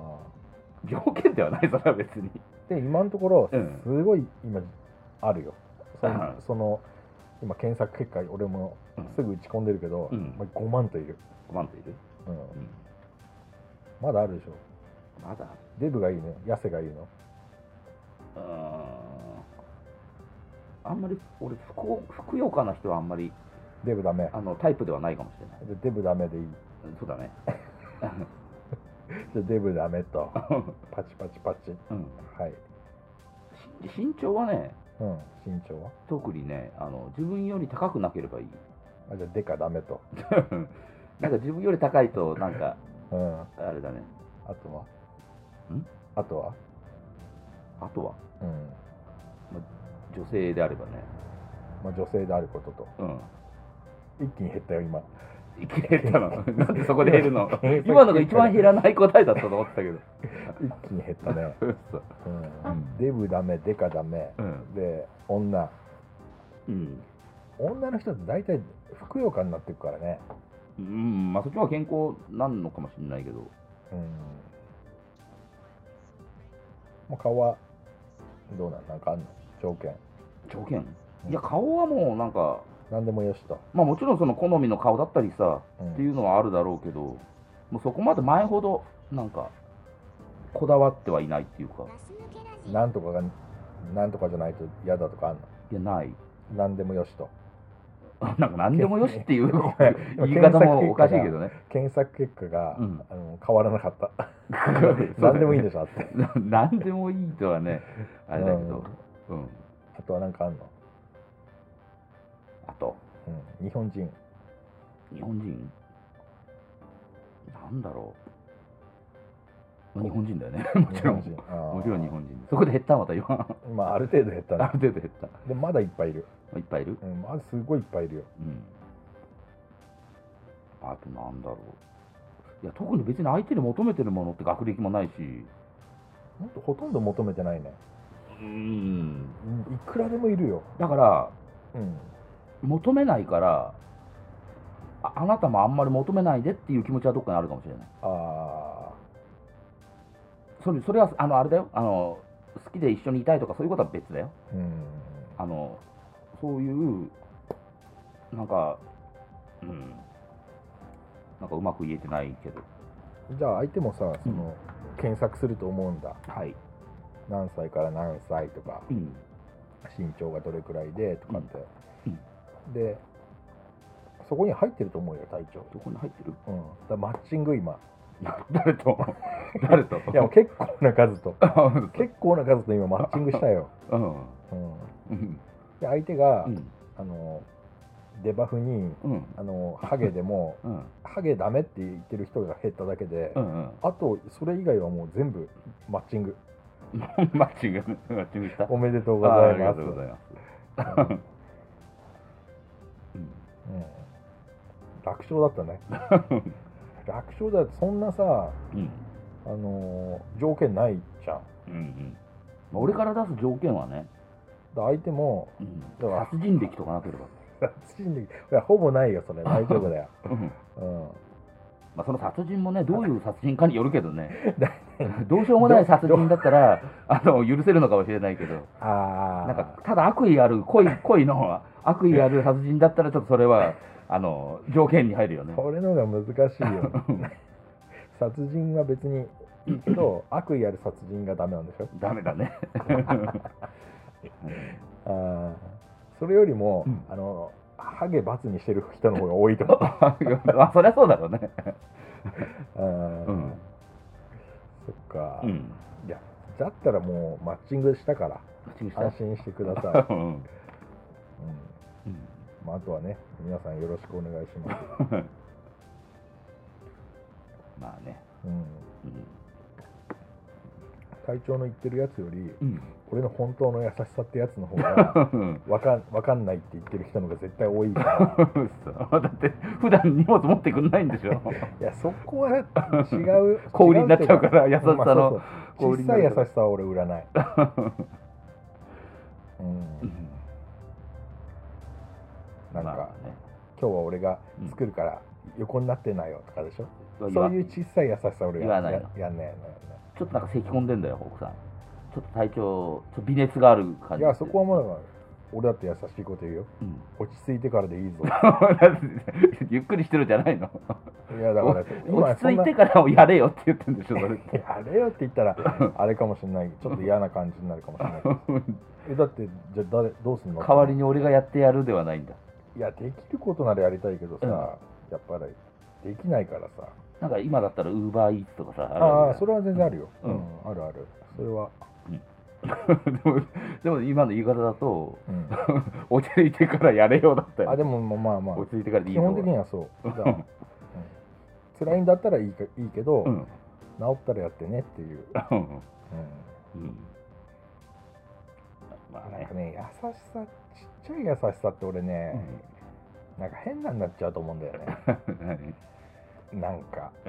あ、条件ではないそれは別に。 で今のところすごい今あるよ、うん、その、その今検索結果俺もすぐ打ち込んでるけど、うん、まあ、ごまんといる。 ごまんといる、うんうん、 まだあるでしょ。 まだデブがいいね、痩せがいいの。 あんまり俺ふく、ふくよかな人はあんまりデブダメ、 あのタイプではないかもしれない。 でデブダメでいい。 そうだね。 じゃデブダメとパチパチパチ、うん、はい。 身長はね、 うん、身長は特にね、あの自分より高くなければいい。 あ、じゃあデカダメと。 なんか自分より高いとなんか、うん、あれだね。 あとはんあとはあとは、うん、ま、女性であればね、 まあ、女性であることと、うん、一気に減ったよ今。 一気に減ったの。なんでそこで減るの？今のが一番減らない答えだったと思ってたけど。 一気に減ったね。うん、デブダメ、デカダメ、うん、で女、うん、女の人って大体ふくよかになっていくからね。 うん、まあそっちは健康なんのかもしれないけど、うん、 もう顔はどうなんなんかあんの条件？ 条件、いや顔はもうなんか何でもよしと。 まあもちろんその好みの顔だったりさ、 うん、 っていうのはあるだろうけど、もうそこまで前ほどなんかこだわってはいないっていうか。 なんとかがなんとかじゃないと嫌だとかあんの？ いやない。 何でもよしと。 なんか何でもよしっていう言い方もおかしいけどね。 検索結果が、 うん、 あの変わらなかった。何でもいいんでしょって。 何でもいいとはねあれだけど、うん、うん、 あとは何かあんの？ あと、 うん、日本人日本人なんだろう、日本人だよね。もちろんもちろん日本人。そこで減ったまた今。 まあある程度減ったね。 ある程度減った。 でまだいっぱいいる。 いっぱいいる？ うん、まだすごいいっぱいいるよ。 うん。あとなんだろう。いや特に別に相手に求めてるものって学歴もないし。 ほんとほとんど求めてないね。 うん。 いくらでもいるよ。 だから、 うん、 求めないから。あ, あなたもあんまり求めないでっていう気持ちはどっかにあるかもしれない。ああ。それそれはあのあれだよ。あの好きで一緒にいたいとかそういうことは別だよ。うん。あのそういうなんかうんなんかうまく言えてないけど。 じゃあ相手もさその、うん、検索すると思うんだ。 はい。 何歳から何歳とか、うん、身長がどれくらいでとかって。うんうん、で。そこに入ってると思うよ、体調。 どこに入ってる？ うん。だマッチング今。 誰と？誰と？ いや、結構な数と。結構な数と今マッチングしたよ。うん。うん。で、相手が、うん、あの、デバフに、うん、あの、ハゲでも、うん、ハゲダメって言ってる人が減っただけで、うんうん、あと、それ以外はもう全部マッチング。 マッチング、マッチングした。 おめでとうございます。ありがとうございます。うん楽勝だったね。楽勝だってそんなさ、うん、あのー、条件ないじゃん。うんうん、 俺から出す条件はね。 だ相手も、 うん、だから殺人歴とかなければ。 殺人歴いやほぼないよそれ大丈夫だよ。うん。 まあその殺人もねどういう殺人かによるけどね。どうしようもない殺人だったらあの許せるのかもしれないけど。あなんかただ悪意ある恋恋の悪意ある殺人だったらちょっとそれは。あの条件に入るよね。 これのが難しいよ。殺人は別にいいけど悪意ある殺人がダメなんでしょ。 ダメだね。 あそれよりも、うん、あのハゲバツにしてる人の方が多いと思う。 あそりゃそうだろうね。 あ、うん、そっか、うん、いやだったらもうマッチングしたから安心してください。うんうんまあ、あとはね、皆さんよろしくお願いします。 まあね、うんうん、 隊長の言ってるやつより、うん、俺の本当の優しさってやつの方がわかん、わかんないって言ってる人の方が絶対多いから。 だって普段荷物持ってくんないんでしょ。 いやそこは違う小売りになっちゃうから優しさの、まあ、そうそう小さい優しさは俺売らない。うんなんか、まあね、今日は俺が作るから横になってないよとかでしょ、うん、そういう小さい優しさ俺やんないの。やんないの。 ちょっとなんか咳込んでんだよ奥さん。ちょっと体調ちょっと微熱がある感じ。 いやそこはもう俺だって優しいこと言うよ、うん、落ち着いてからでいいぞ。 ゆっくりしてるじゃないの。 いやだから落ち着いてからをやれよって言ってるんでしょそれ。 やれよって言ったらあれかもしれないちょっと嫌な感じになるかもしれない。えだってじゃあ誰どうすんの。 代わりに俺がやってやるではないんだ。 いやできることならやりたいけどさ、うん、やっぱりできないからさ。 なんか今だったらウーバーイーツとかさあるああそれは全然あるよ、うんうん、あるあるそれは、うん、 でもでも今の言い方だと、うん、落ち着いてからやれよだったよ。 あでもまあまあ落ち着いてからでいい。 基本的にはそうじゃあ、うん、辛いんだったらいいかいいけど、うん、治ったらやってねっていう、うんうんまあね、なんかね優しさちっちゃい優しさって俺ね、うん、なんか変なになっちゃうと思うんだよね。なんか、うん、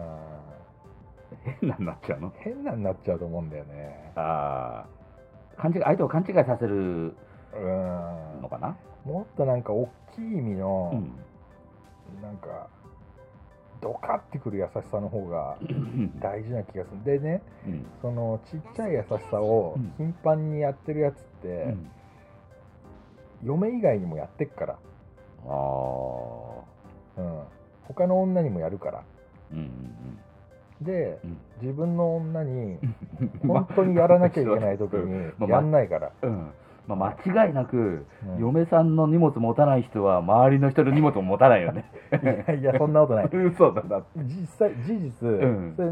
変なになっちゃうの？ 変なになっちゃうと思うんだよね。ああ、勘違い相手を勘違いさせるのかな？ もっとなんか大きい意味の、うん、なんかドカってくる優しさの方が大事な気がする。でね、うん、そのちっちゃい優しさを頻繁にやってるやつって、うん、嫁以外にもやってっから、あ、うん、他の女にもやるから、うんうんうん、で、うん、自分の女に本当にやらなきゃいけない時にやんないから、 うん、まあ、間違いなく、うん、嫁さんの荷物持たない人は周りの人の荷物も持たないよね。 いやいや、そんなことない。 嘘だな。 実際事実、うん、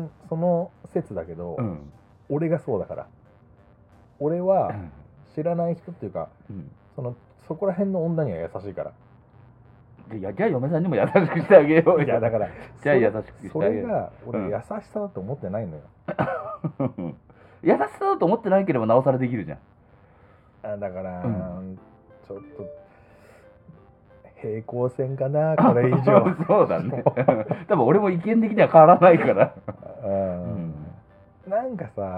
その説だけど、うん、俺がそうだから。俺は知らない人っていうか、うん、そのそこら辺の女には優しいから。 いや、じゃあ嫁さんにも優しくしてあげようよ。 いや、だからじゃあ優しくしてあげよう。 それが俺、優しさだと思ってないのよ。 優しさだと思ってないければなおさらできるじゃん。 あ、だから、うん、ちょっと平行線かな、これ以上。 そうだね。多分俺も意見的には変わらないから。 うん、なんかさ、うん、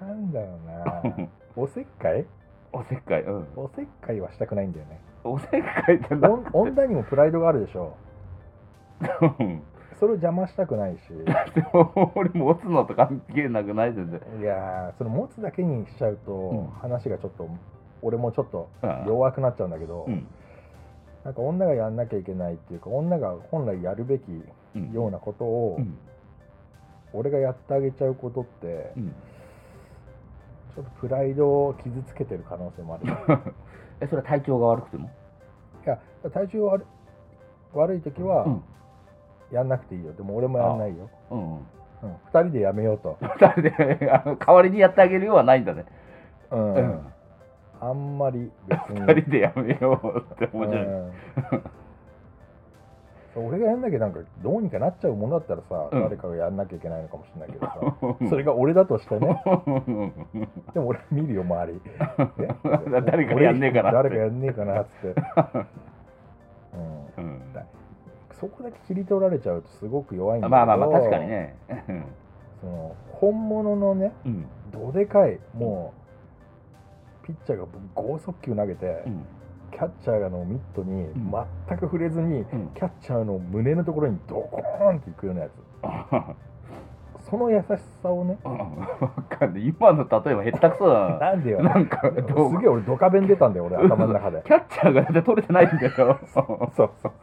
なんだろうな、おせっかいおせっかい、うん、 おせっかいはしたくないんだよね。 おせっかいって何？ 女にもプライドがあるでしょ。それを邪魔したくないし。 でも俺持つのと関係なくないですよ。 いや、その持つだけにしちゃうと、うん、話がちょっと俺もちょっと弱くなっちゃうんだけど、うん、なんか女がやんなきゃいけないっていうか、女が本来やるべきようなことを、うん、俺がやってあげちゃうことって、うん、ちょっとプライドを傷つけてる可能性もある。 え、それは体調が悪くても？ いや、体調悪い、悪い時は、うん、やんなくていいよ。でも俺もやんないよ。うんうんうん、ふたりでやめようと。 ふたりであの代わりにやってあげるようはないんだね。うん。うん、 あんまり別に。 ふたりでやめようって面白い。 うん、俺がやんなきゃなんかどうにかなっちゃうものだったらさ、うん、誰かがやんなきゃいけないのかもしれないけどさ、それが俺だとしてね。でも俺見るよ、周り。 誰かやんねえかなって。 誰かやんねえかなっつって。うんうん、そこだけ切り取られちゃうとすごく弱いんだけど、 まあまあまあ確かにね。 その本物のね、うん、どでかいもうピッチャーが剛速球投げて、うん、キャッチャーのミットに全く触れずに、うん、キャッチャーの胸のところにドコーンっていくようなやつ。その優しさをね、 今の例えばへったくそだな。 なんでよ。 なんかすげえ俺ドカベン出たんだよ、俺頭の中で。 キャッチャーが取れてないんだよ。 そうそうそう。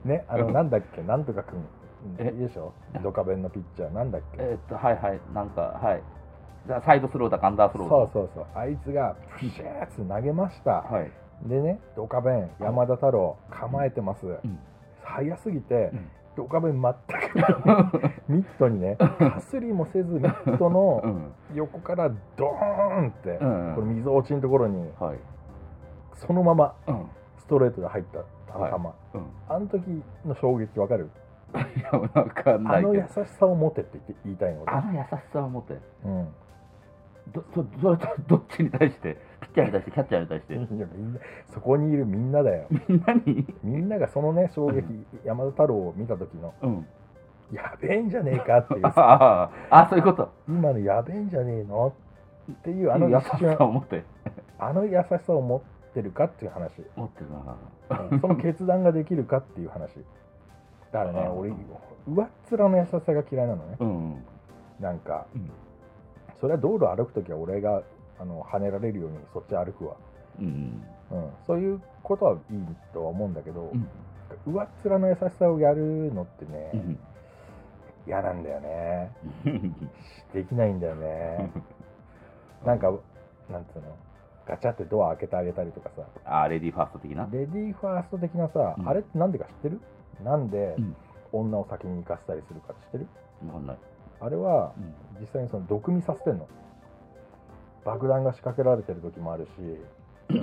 ね、あのなんだっけ、なんとかくんいいでしょ、ドカベンのピッチャーなんだっけ。 えっとはいはい、なんかはい。サイドスローだかアンダースローだ。 そうそうそう。あいつがプシャーッと投げました。はい。でね、ドカベン山田太郎構えてます。うん、早すぎて。うん、ドカベン全くミットにね、かすりもせずミットの横からドーンって、うんうん、これ溝落ちのところに、はい、そのままストレートで入った球、はい、うん、あの時の衝撃わかる？ いや、わかんないけど、 あの優しさを持てって言いたいの。 あの優しさを持て、うん、どそそれとどっちに対して？ピッチャーに対してキャッチャーに対して？いや、 みんなそこにいるみんなだよ。 みんなにみんながそのね衝撃、うん、山田太郎を見た時の、うん、やべえんじゃねえかっていうああ、そういうこと。 今のやべえんじゃねえのっていうあの優しさを持ってあの優しさを持ってるかっていう話。 持ってるな、うん、その決断ができるかっていう話だからね。俺上っ面の優しさが嫌いなのね、うんうん、なんか、うん、それは道路歩く時は俺があの跳ねられるようにそっち歩くわ、うんうん、そういうことはいいとは思うんだけど、うん、上っ面の優しさをやるのってね、うん、嫌なんだよね。できないんだよね。なんかなんつうの、ガチャってドア開けてあげたりとかさ、 あ、レディーファースト的なレディーファースト的なさ、うん、あれってなんでか知ってる？なんで、うん、女を先に行かせたりするか知ってる？ わかんない。あれは、うん、実際にその毒味させてんの。爆弾が仕掛けられてる時もあるし。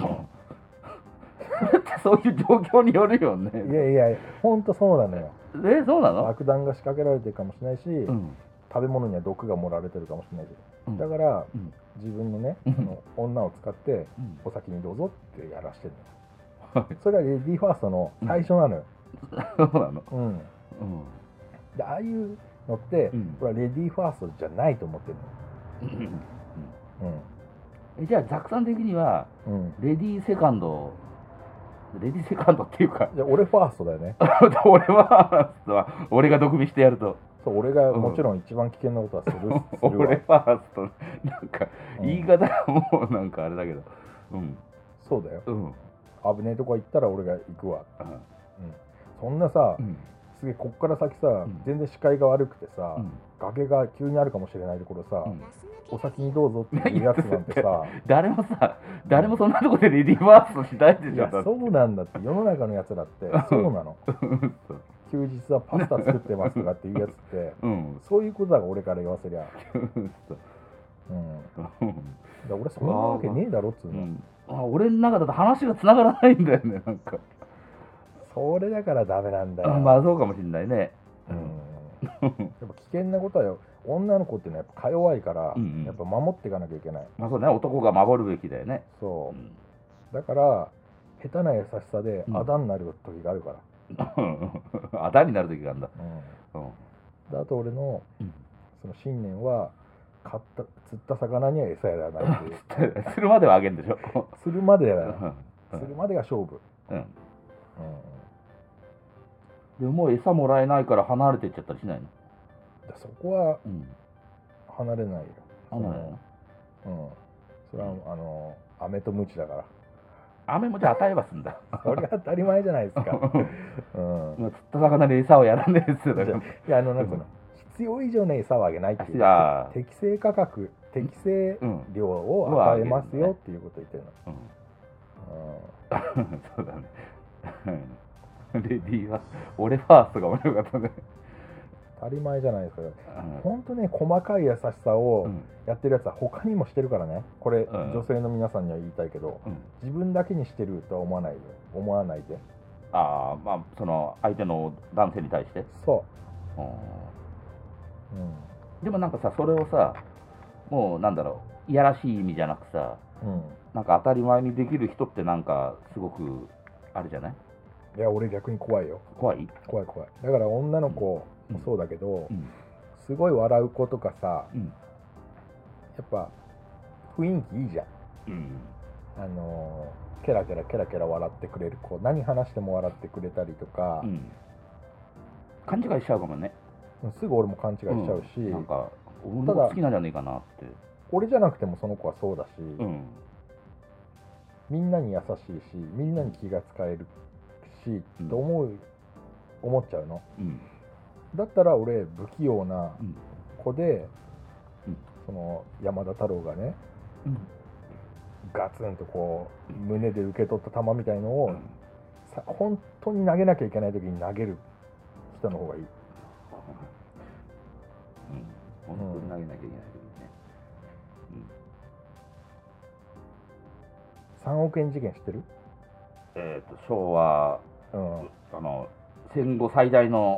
そういう状況によるよね。 いやいや、ほんとそうなのよ。 え、そうなの？ 爆弾が仕掛けられてるかもしれないし、うん、食べ物には毒が盛られてるかもしれないし、うん、だから、うん、自分のね、うん、あの女を使って、うん、お先にどうぞってやらしてるの。それはレディーファーストの最初なのよ。 そうなの。うん。うん、 で、ああいうのって、うん、これはレディーファーストじゃないと思ってるの。うん。うん、 え、じゃあザクさん的には、うん、レディーセカンドレディーセカンドっていうかじゃあ俺ファーストだよね俺は俺が毒味してやるとそう俺がもちろん一番危険なことはする、するわ俺ファーストなんか言い方はもうなんかあれだけどうんそうだよ、 うん、 危ねえとこ行ったら俺が行くわ、 うんうん、 そんなさ、 うん、 すげえこっから先さ、うん、全然視界が悪くてさ、うん、崖が急にあるかもしれないところさ、うん、お先にどうぞっていうやつなんてさ誰もさ誰もそんなとこでレディーファーストしないでしょ。 いやそうなんだって世の中のやつらってそうなの休日はパスタ作ってますとかっていうやつって、うん、そういうことだから俺から言わせりゃうん、だ俺そんなわけねえだろっつうの、うん、 あ俺の中だと話がつながらないんだよねなんかそれだからダメなんだよ。 あまあそうかもしれないね、 うん、やっぱ危険なことはよ女の子っていうのはやっぱか弱いから、うんうん、やっぱ守っていかなきゃいけない。 まあそうね男が守るべきだよね。 そう、うん、だから下手な優しさであだになる時があるから、 うん、あだになる時があるんだ、 うんうん、であと俺の、うん、その信念は買った釣った魚には餌やらないっていう釣るまではあげんでしょ釣るまでやらない、うん、釣るまでが勝負、うんうん、 でももう餌もらえないから離れていっちゃったりしないの？ そこは離れないよ、 うん、離れないの？ うん、それはあの飴とムチだから。 飴もじゃ与えはすんだそれが当たり前じゃないですか、 うん、釣った魚で餌をやらねえっすよ。 いやあのなんつうの必要以上の餌をあげないっていう、適正価格適正量を与えますよっていうことを言ってるの、 うんうん、そうだねレディーは俺ファーストが面白かったね。 当たり前じゃないですか。本当ね細かい優しさをやってるやつは他にもしてるからね。これ、うん、女性の皆さんには言いたいけど、うん、自分だけにしてるとは思わないよ。思わないで。 ああまあその相手の男性に対して。 そう。 うん。でもなんかさそれをさもうなんだろういやらしい意味じゃなくさ、うん、なんか当たり前にできる人ってなんかすごくあるじゃない？ いや俺逆に怖いよ。 怖い？ 怖い怖い。だから女の子もそうだけど、うん、すごい笑う子とかさ、うん、やっぱ雰囲気いいじゃん、うん、あのケラケラケラケラ笑ってくれる子、何話しても笑ってくれたりとか、うん、 勘違いしちゃうかもね。 すぐ俺も勘違いしちゃうし、うん、 なんか俺の好きなんじゃねえかなって。 俺じゃなくてもその子はそうだし、うん、みんなに優しいしみんなに気が使えるし、うん、と思う思っちゃうの、うん、だったら俺不器用な子で、うん、その山田太郎がね、うん、ガツンとこう胸で受け取った球みたいのを、うん、さ本当に投げなきゃいけない時に投げる人の方がいい。 うん、本当に投げなきゃいけない時にね、うん、 さんおくえん事件知ってる？ えっと昭和、うん、あの戦後最大の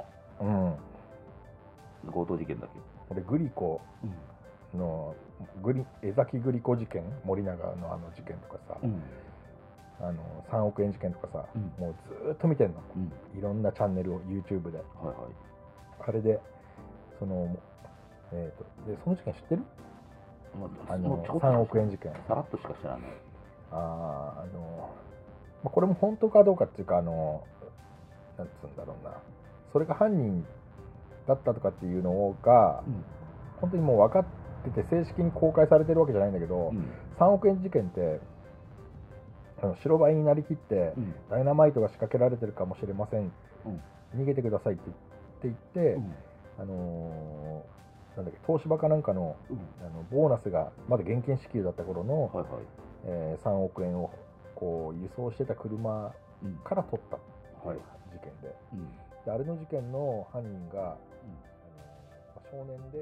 強盗事件だっけ？ 俺グリコの、うん、グリ江崎グリコ事件、森永のあの事件とかさ、うん、あのさんおくえん事件とかさ、うん、もうずーっと見てんの、うん、いろんなチャンネルを YouTube で、はいはい、あれでその、えー、とでその事件知ってる？あのさんおくえん事件。 さらっとしか知らない。 ああの、まあ、これも本当かどうかっていうか、あのなんつうんだろうな、それが犯人だったとかっていうのが、うん、本当にもう分かってて正式に公開されてるわけじゃないんだけど、うん、さんおくえん事件ってあの白バイになりきって、うん、ダイナマイトが仕掛けられてるかもしれません、うん、逃げてくださいって言って、うん、あのー、なんだっけ東芝かなんかの、うん、あのボーナスがまだ現金支給だった頃の、はいはい、えー、さんおくえんをこう輸送してた車から取ったっていう事件で、うん、であれの事件の犯人が、うん、あの少年で、うん、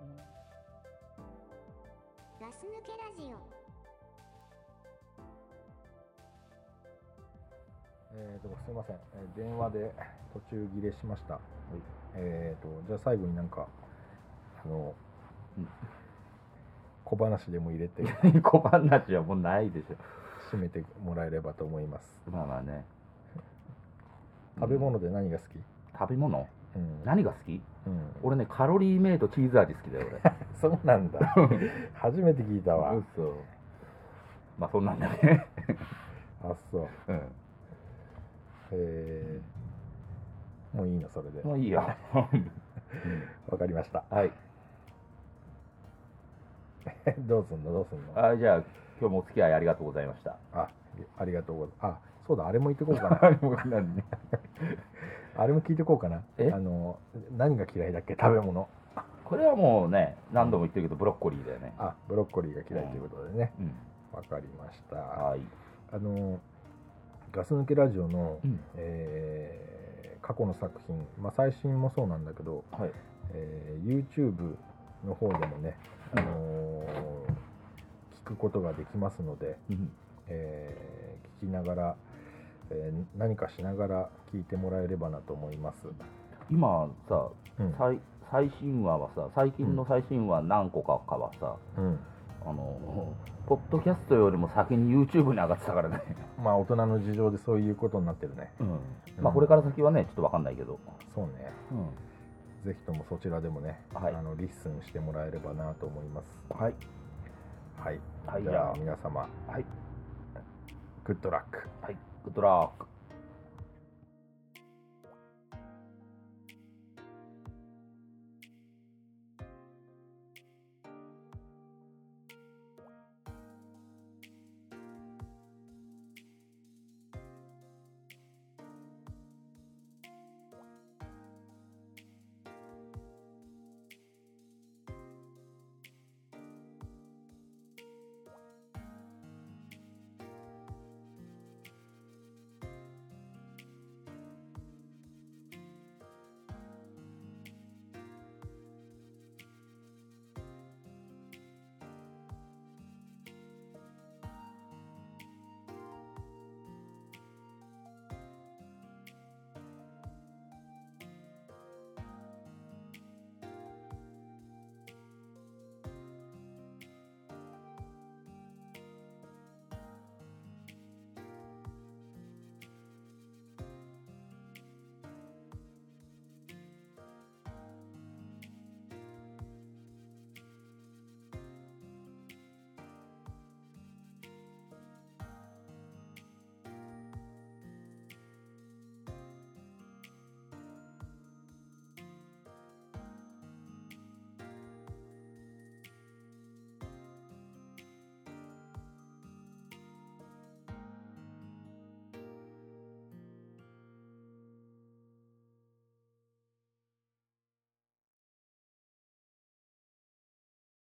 ガス抜けラジオ、えーとすいません、えー、電話で途中切れしました、はい、えーとじゃあ最後になんかあの、うん、小話でも入れて小話はもうないでしょ。 締めてもらえればと思います。 まあまあね。 食べ物で何が好き？ 食べ物？うん、何が好き？うん、俺ねカロリーメイトチーズ味好きだよ俺。 そうなんだ。初めて聞いたわ。 そう。まあそんなんだね。 あそう。うん。 えー、もういいのそれで。 もういいよ。 わかりました。 はい。 どうすんのどうすんの。 あ、じゃあ今日もお付き合いありがとうございました。 あ、ありがとうございます。あ、そうだ、あれも言ってこうかな。あれも聞いてこうかな。 え、 あの何が嫌いだっけ、食べ物。 これはもうね、何度も言ってるけどブロッコリーだよね。 あ、ブロッコリーが嫌いということでね。わ、うん、かりました。 はい。 あのガス抜けラジオの、 うん、 えー、過去の作品、まあ、最新もそうなんだけど、はい、えー、YouTube の方でもね、あのー、聞くことができますので、うん、えー、聞きながら、えー、何かしながら聞いてもらえればなと思います。 今さ、うん、最, 最新話はさ、最近の最新話何個かかはさ、うん、あのポッドキャストよりも先に YouTube に上がってたからね。 まあ大人の事情でそういうことになってるね。 うん、まあこれから先はねちょっと分かんないけど。 そうね、うん、ぜひともそちらでもね、はい、あのリッスンしてもらえればなと思います。はいはい、はい、じゃあ皆様、はい、グッドラック。 はい、グッドラック。